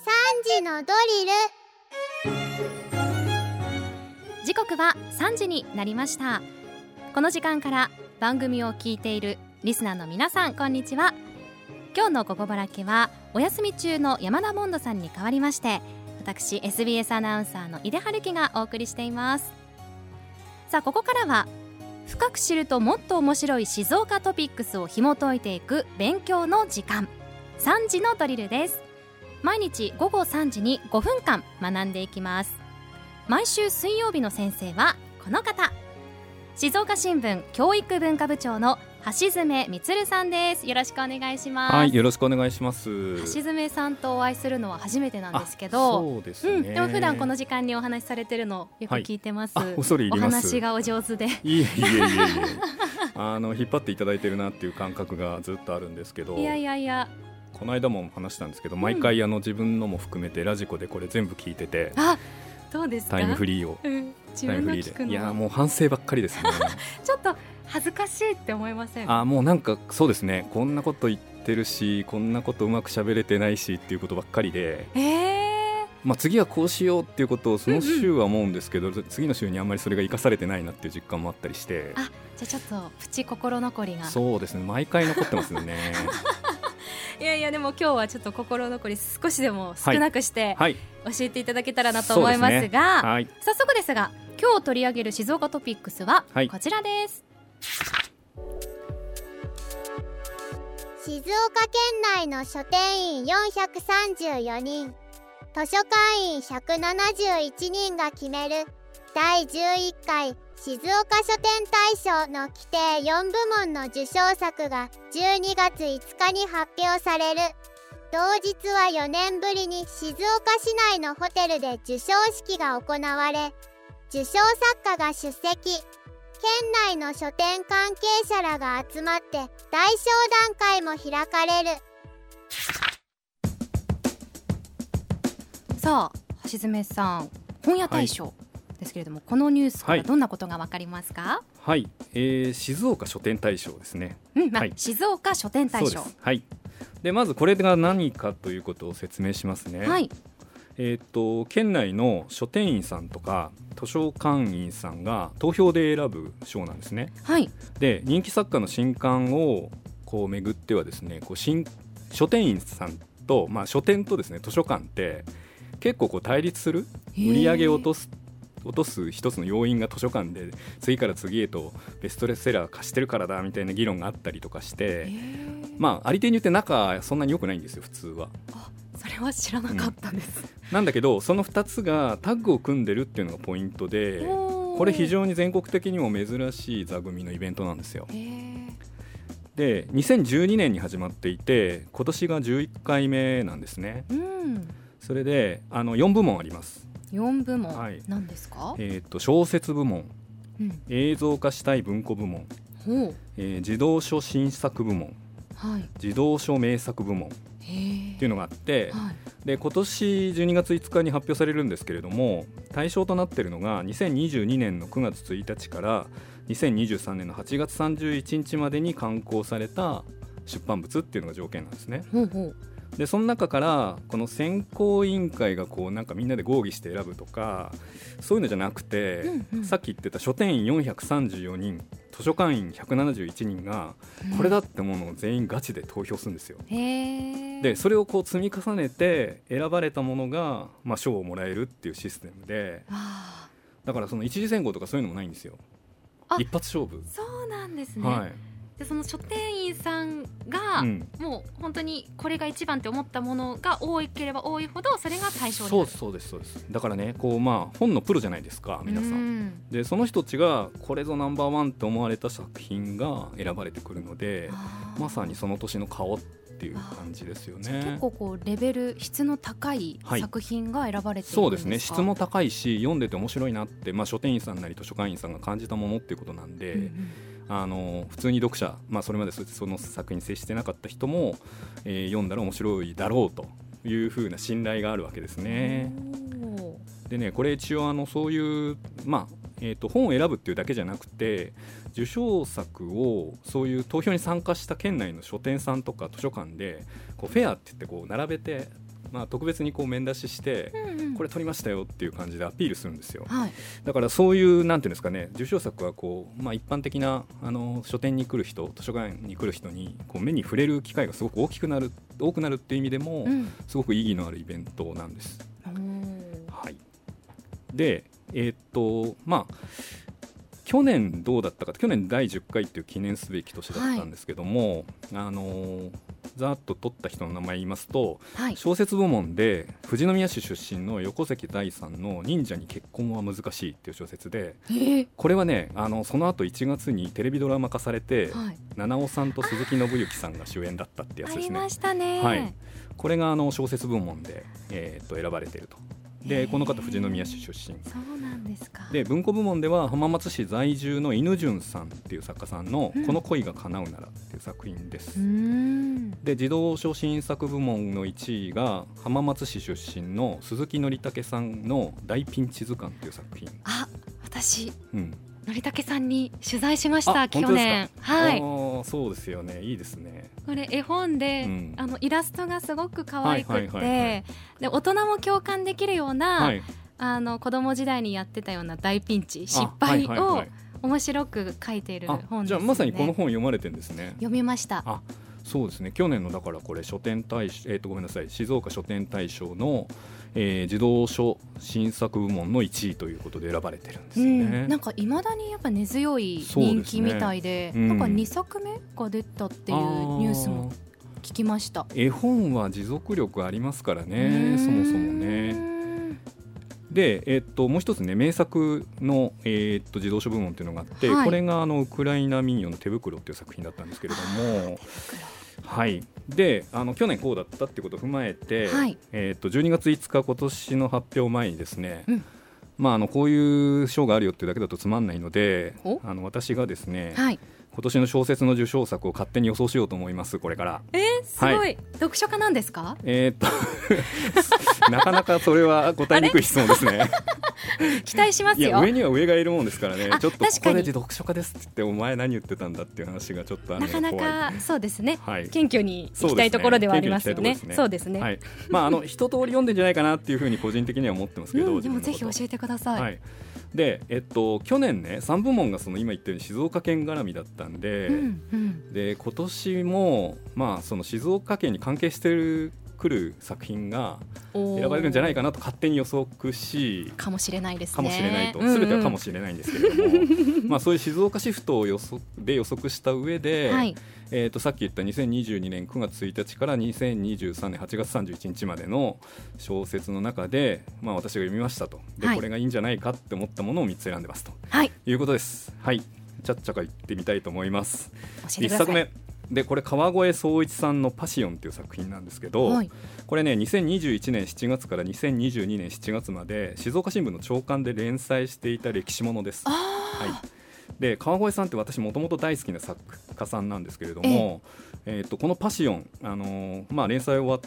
3時のドリル。 時刻は3時になりました。この時間から番組を聞いているリスナーの皆さん、こんにちは。今日のここばらけはお休み中の山田モンドさんに代わりまして、私 SBS アナウンサーの井出春樹がお送りしています。さあ、ここからは深く知るともっと面白い静岡トピックスを紐解いていく勉強の時間、3時のドリルです。毎日午後3時に5分間学んでいきます。毎週水曜日の先生はこの方、静岡新聞教育文化部長の橋爪充さんです。よろしくお願いします。 はい、よろしくお願いします。 橋爪さんとお会いするのは初めてなんですけど、 そうですね、 でも普段この時間にお話しされてるのよく聞いてます、 恐れ入ります。 お話がお上手でいえ引っ張っていただいてるなっていう感覚がずっとあるんですけど、 いやこの間も話したんですけど、毎回自分のも含めてラジコでこれ全部聞いてて、 どうですか、 タイムフリーを、 自分の聞くの。 いやもう反省ばっかりですねちょっと恥ずかしいって思いません？ もうなんかそうですね、こんなこと言ってるし、こんなことうまく喋れてないしっていうことばっかりで、次はこうしようっていうことをその週は思うんですけど、次の週にあんまりそれが生かされてないなっていう実感もあったりして、 じゃあちょっとプチ心残りが。 そうですね、毎回残ってますよねいやでも今日はちょっと心残り少しでも少なくして、教えていただけたらなと思いますが、早速ですが今日取り上げる静岡トピックスはこちらです。 静岡県内の書店員434人、図書館員171人が決める第11回静岡書店大賞の規定4部門の受賞作が12月5日に発表される。同日は4年ぶりに静岡市内のホテルで授賞式が行われ、受賞作家が出席。県内の書店関係者らが集まって大賞談会も開かれる。 さあ、橋爪さん、本屋大賞ですけれども、このニュースからどんなことが分かりますか？ 静岡書店大賞ですね。 静岡書店大賞。 でまずこれが何かということを説明しますね。県内の書店員さんとか図書館員さんが投票で選ぶ賞なんですね。で人気作家の新刊をこう巡ってはですね、書店員さんと、書店とですね図書館って結構対立する、売り上げを落とす一つの要因が図書館で次から次へとベストセラー貸してるからだみたいな議論があったりとかして、ありていに言って仲そんなに良くないんですよ普通は。 それは知らなかったです、 なんだけどその2つがタッグを組んでるっていうのがポイントで、これ非常に全国的にも珍しい座組のイベントなんですよ。で2012年に始まっていて、今年が11回目なんですね。それで4部門あります。 4部門、何ですか？ 小説部門、映像化したい文庫部門、児童書新作部門、児童書名作部門っていうのがあって、で今年12月5日に発表されるんですけれども、対象となっているのが2022年の9月1日から2023年の8月31日までに刊行された出版物っていうのが条件なんですね。でその中からこの選考委員会がなんかみんなで合議して選ぶとかそういうのじゃなくて、さっき言ってた書店員434人、図書館員171人がこれだってものを全員ガチで投票するんですよ。でそれを積み重ねて選ばれたものが、賞をもらえるっていうシステムで、だからその一次選考とかそういうのもないんですよ。一発勝負。 そうなんですね。でその書店員さんが、もう本当にこれが一番って思ったものが多ければ多いほどそれが対象になる。そうです。 だからね本のプロじゃないですか皆さん、でその人たちがこれぞナンバーワンと思われた作品が選ばれてくるので、まさにその年の顔っていう感じですよね。 結構レベル、質の高い作品が選ばれているんですか？ そうですね、質も高いし読んでて面白いなって、書店員さんなり図書館員さんが感じたものっていうことなんで、普通に読者、それまでその作品に接してなかった人も、読んだら面白いだろうというふうな信頼があるわけですね。でね、これ一応そういう、本を選ぶっていうだけじゃなくて、受賞作をそういう投票に参加した県内の書店さんとか図書館でフェアって言って並べて特別にこう面出しして、これ取りましたよっていう感じでアピールするんですよ、 はい、 だからそういうなんていうんですかね、受賞作はこう、一般的な書店に来る人、図書館に来る人にこう目に触れる機会がすごく多くなるっていう意味でも、すごく意義のあるイベントなんです、はい、で去年どうだったか、去年第10回っていう記念すべき年だったんですけども、ざーっと取った人の名前言いますと、小説部門で富士宮市出身の横関大さんの忍者に結婚は難しいっていう小説で、これはねその後1月にテレビドラマ化されて、七尾さんと鈴木信之さんが主演だったってやつですね。 ありましたね、 はい、これが小説部門で、選ばれていると。でこの方富士宮市出身。 そうなんですか。 で文庫部門では浜松市在住の犬潤さんっていう作家さんのこの恋が叶うならっていう作品です、で児童書新作部門の1位が浜松市出身の鈴木典武さんの大ピンチ図鑑っていう作品。 私、典武さんに取材しました去年。はい、 そうですよね、いいですね。 これ絵本で、イラストがすごく可愛くて、で大人も共感できるような、子供時代にやってたような大ピンチ失敗を面白く書いている本ですね。 じゃあまさにこの本読まれてるんですね。 読みました。 そうですね、去年のだからこれ書店大賞、ごめんなさい、静岡書店大賞の、児童書新作部門の1位ということで選ばれてるんですよね、 なんか未だにやっぱ根強い人気みたいで、なんか2作目が出たっていうニュースも聞きました。 絵本は持続力ありますからね、そもそもね。で、もう一つね、名作の、児童書部門っていうのがあって、これがウクライナ民謡の手袋っていう作品だったんですけれども、はい、で去年こうだったってことを踏まえて、12月5日今年の発表前にですね、こういう賞があるよっていうだけだとつまんないので、私がですね、今年の小説の受賞作を勝手に予想しようと思います。これからすごい、読書家なんですか？ なかなかそれは答えにくい質問ですね期待しますよ。 いや、上には上がいるもんですからね。ちょっとここで読書家ですって言ってお前何言ってたんだっていう話がちょっとなかなかそうですね、謙虚にいきたいところではありますよね。そうですね、 一通り読んでんじゃないかなっていうふうに個人的には思ってますけど、 でもぜひ教えてください。 で、去年ね3部門がその今言ったように静岡県絡みだったんで、で今年もその静岡県に関係してくる作品が選ばれるんじゃないかなと勝手に予測し、 かもしれないですね。 かもしれないと、全てはかもしれないんですけれどもそういう静岡シフトを予測した上で、さっき言った2022年9月1日から2023年8月31日までの小説の中で、私が読みましたと。で、これがいいんじゃないかって思ったものを3つ選んでますと、いうことです。ちゃっちゃか言ってみたいと思います。1作目で、これ川越宗一さんのパシオンっていう作品なんですけど、これね2021年7月から2022年7月まで静岡新聞の朝刊で連載していた歴史ものです。で川越さんって私もともと大好きな作家さんなんですけれども、このパシオン、連載終わって、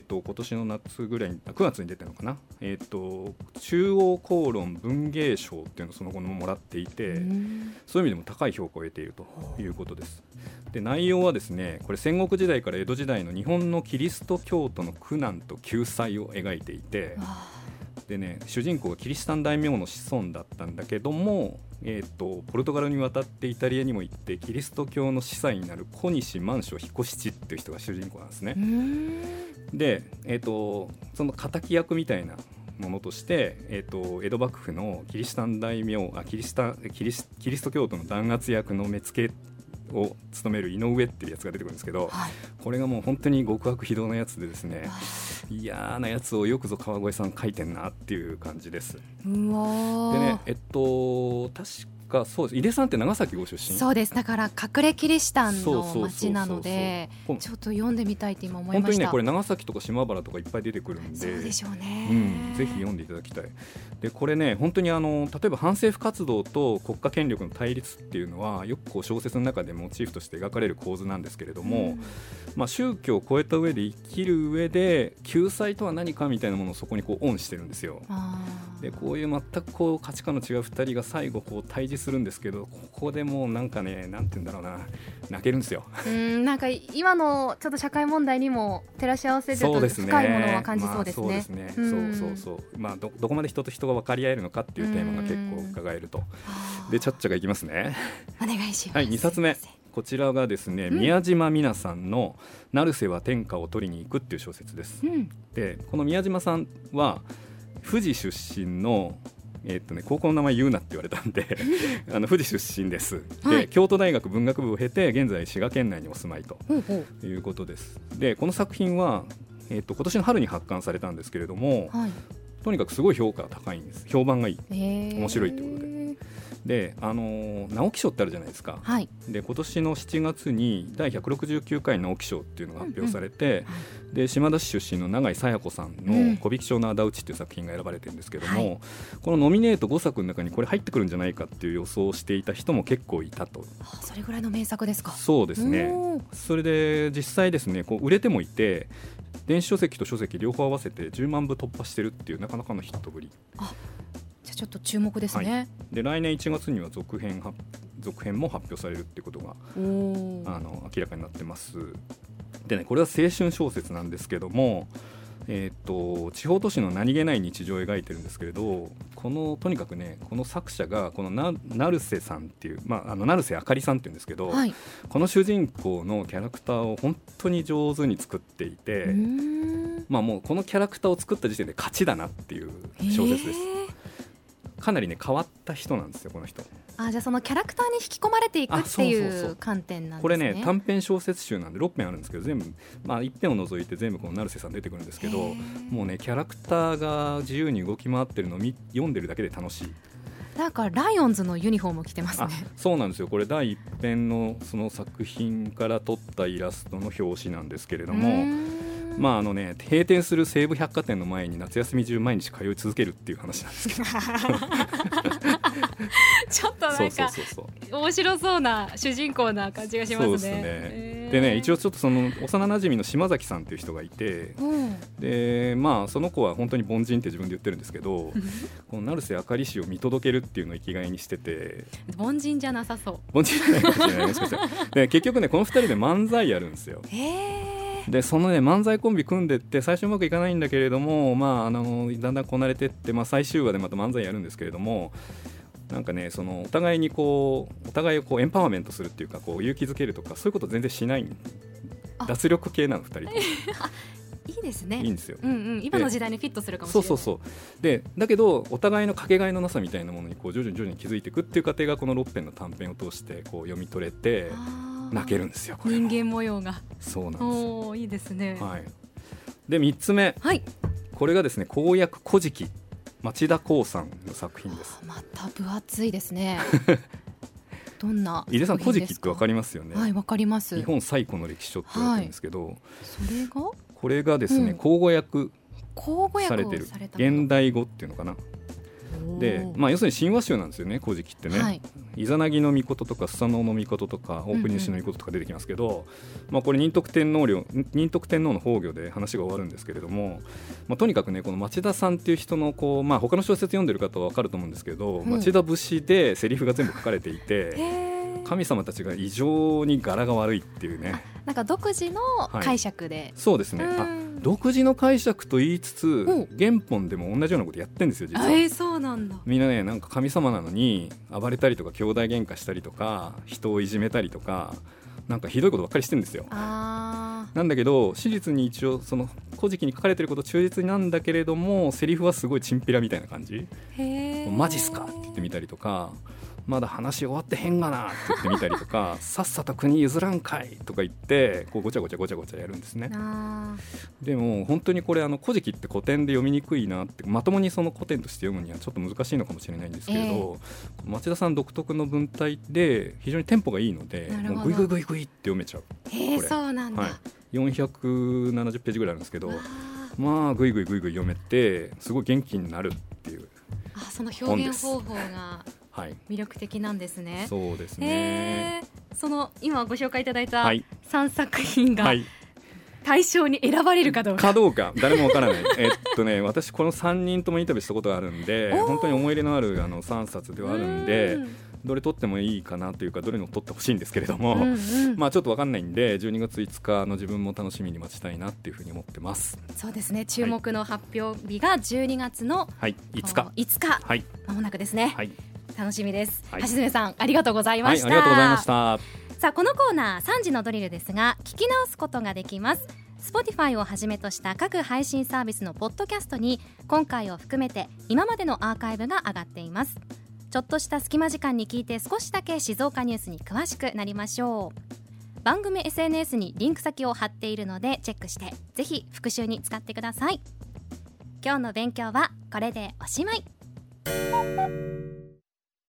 今年の夏ぐらいに9月に出てるのかな、中央公論文芸賞っていうのをその後もらっていて、そういう意味でも高い評価を得ているということです。で、内容はですね、これ戦国時代から江戸時代の日本のキリスト教徒の苦難と救済を描いていて、でね、主人公がキリシタン大名の子孫だったんだけども、ポルトガルに渡ってイタリアにも行ってキリスト教の司祭になる小西万象彦七っていう人が主人公なんですね。で、その敵役みたいなものとして、江戸幕府のキリシタン大名キリスト教徒の弾圧役の目付けを務める井上っていうやつが出てくるんですけど、これがもう本当に極悪非道なやつでですね、嫌なやつをよくぞ川越さん書いてんなっていう感じです。でね、確かそうです、井出さんって長崎ご出身？ そうです。だから隠れキリシタンの町なので、ちょっと読んでみたいって今思いました。 本当にね、これ長崎とか島原とかいっぱい出てくるんで、 そうでしょうね、 ぜひ読んでいただきたい。で、これね、本当に例えば反政府活動と国家権力の対立っていうのはよくこう小説の中でモチーフとして描かれる構図なんですけれども、宗教を超えた上で生きる上で救済とは何かみたいなものをそこにこうオンしてるんですよ。 でこういう全くこう価値観の違う2人が最後こう対峙するんですけど、ここでもうなんかね、なんて言うんだろうな、泣けるんですよ。 なんか今のちょっと社会問題にも照らし合わせてると深いものは感じそうですね。 そうですね、そう、まあ、どこまで人と人が分かり合えるのかっていうテーマが結構伺えると。でちゃっちゃがいきますね。 お願いします。 はい、2冊目、こちらがですね、宮島美奈さんの成瀬は天下を取りに行くっていう小説です。でこの宮島さんは富士出身の高校の名前言うなって言われたんで富士出身です。で、京都大学文学部を経て現在滋賀県内にお住まいということです。でこの作品は、今年の春に発刊されたんですけれども、とにかくすごい評価が高いんです。評判がいい、面白いってことで。で直木賞ってあるじゃないですか、で今年の7月に第169回直木賞っていうのが発表されて、で島田市出身の永井紗耶子さんの小引町の仇討ちっていう作品が選ばれてるんですけども、このノミネート5作の中にこれ入ってくるんじゃないかっていう予想をしていた人も結構いたと。 それぐらいの名作ですか。 そうですね。それで実際ですね、こう売れてもいて、電子書籍と書籍両方合わせて10万部突破してるっていうなかなかのヒットぶり。 じゃあちょっと注目ですね。 で来年1月には続編も発表されるってことが明らかになってます。でね、これは青春小説なんですけども、地方都市の何気ない日常を描いてるんですけれど、とにかくね、この作者がこの成瀬さんっていう、成瀬あかりさんっていうんですけど、この主人公のキャラクターを本当に上手に作っていて、もうこのキャラクターを作った時点で勝ちだなっていう小説です。かなりね変わった人なんですよ、この人。 じゃあそのキャラクターに引き込まれていくっていう観点なんですね。 これね短編小説集なんで6編あるんですけど、全部、1編を除いて全部この成瀬さん出てくるんですけど、もうねキャラクターが自由に動き回ってるのを読んでるだけで楽しい。 なんかライオンズのユニフォームを着てますね。 そうなんですよ。これ第1編のその作品から撮ったイラストの表紙なんですけれども、閉店する西武百貨店の前に夏休み中毎日通い続けるっていう話なんですけどちょっとなんか面白そうな主人公な感じがしますね。 そうですね。でね、一応ちょっとその幼なじみの島崎さんっていう人がいて、でその子は本当に凡人って自分で言ってるんですけどこの成瀬あかり氏を見届けるっていうのを生きがいにしてて、 凡人じゃなさそう。 凡人じゃないかもしれないですけどで結局ねこの2人で漫才やるんですよ。でそのね漫才コンビ組んでって最初うまくいかないんだけれども、だんだんこなれてって、最終話でまた漫才やるんですけれども、なんかねそのお互いをエンパワーメントするっていうか、勇気づけるとかそういうこと全然しない。脱力系なの2人ともいいですね。 いいんですよ、 今の時代にフィットするかもしれない。 そうでだけどお互いのかけがえのなさみたいなものに徐々に気づいていくっていう過程がこの6編の短編を通して読み取れて泣けるんですよ。これ人間模様が。 そうなんですよ。 いいですね。 で3つ目、これがですね公約古事記、町田光さんの作品です。 また分厚いですねどんな井出さん、古事記って分かりますよね。 分かります。 日本最古の歴史書って言われてるんですけど、 これがですね、口語訳されてる現代語っていうのかな。で要するに神話集なんですよね、古事記ってね。イザナギの命とかスサノオの命とか大国主の命とか出てきますけど、これ仁徳天皇の崩御で話が終わるんですけれども、とにかくねこの町田さんっていう人の他の小説読んでる方は分かると思うんですけど、町田節でセリフが全部書かれていて、神様たちが異常に柄が悪いっていうね、 なんか独自の解釈で、 そうですね。独自の解釈と言いつつ原本でも同じようなことやってるんですよ実は。 そうなんだ。 みんなねなんか神様なのに暴れたりとか兄弟喧嘩したりとか人をいじめたりとかなんかひどいことばっかりしてるんですよ。なんだけど史実に一応その古事記に書かれてること忠実なんだけれども、セリフはすごいチンピラみたいな感じ。マジっすかって言ってみたりとか、まだ話終わってへんがなって言ってみたりとかさっさと国譲らんかいとか言ってごちゃごちゃやるんですね。でも本当にこれ古事記って古典で読みにくいなって、まともにその古典として読むにはちょっと難しいのかもしれないんですけれど、町田さん独特の文体で非常にテンポがいいので、もうグイグイグイグイって読めちゃう。 そうなんだ。 470ページぐらいあるんですけど、グイグイ読めてすごい元気になるっていう。 その表現方法が魅力的なんですね。 そうですね。 その今ご紹介いただいた3作品が、 対象に選ばれるかどうか誰もわからない私この3人ともインタビューしたことがあるんで、本当に思い入れのある3冊ではあるんで、どれ取ってもいいかなというか、どれの取ってほしいんですけれども、まあちょっと分かんないんで、12月5日の自分も楽しみに待ちたいなっていうふうに思ってます。 そうですね、注目の発表日が12月の、5日、間もなくですね、楽しみです。橋爪さん、ありがとうございました。 ありがとうございました。 さあ、このコーナー3時のドリルですが、聞き直すことができます。Spotify をはじめとした各配信サービスのポッドキャストに今回を含めて今までのアーカイブが上がっています。ちょっとした隙間時間に聞いて、少しだけ静岡ニュースに詳しくなりましょう。番組 SNS にリンク先を貼っているのでチェックして、ぜひ復習に使ってください。今日の勉強はこれでおしまい。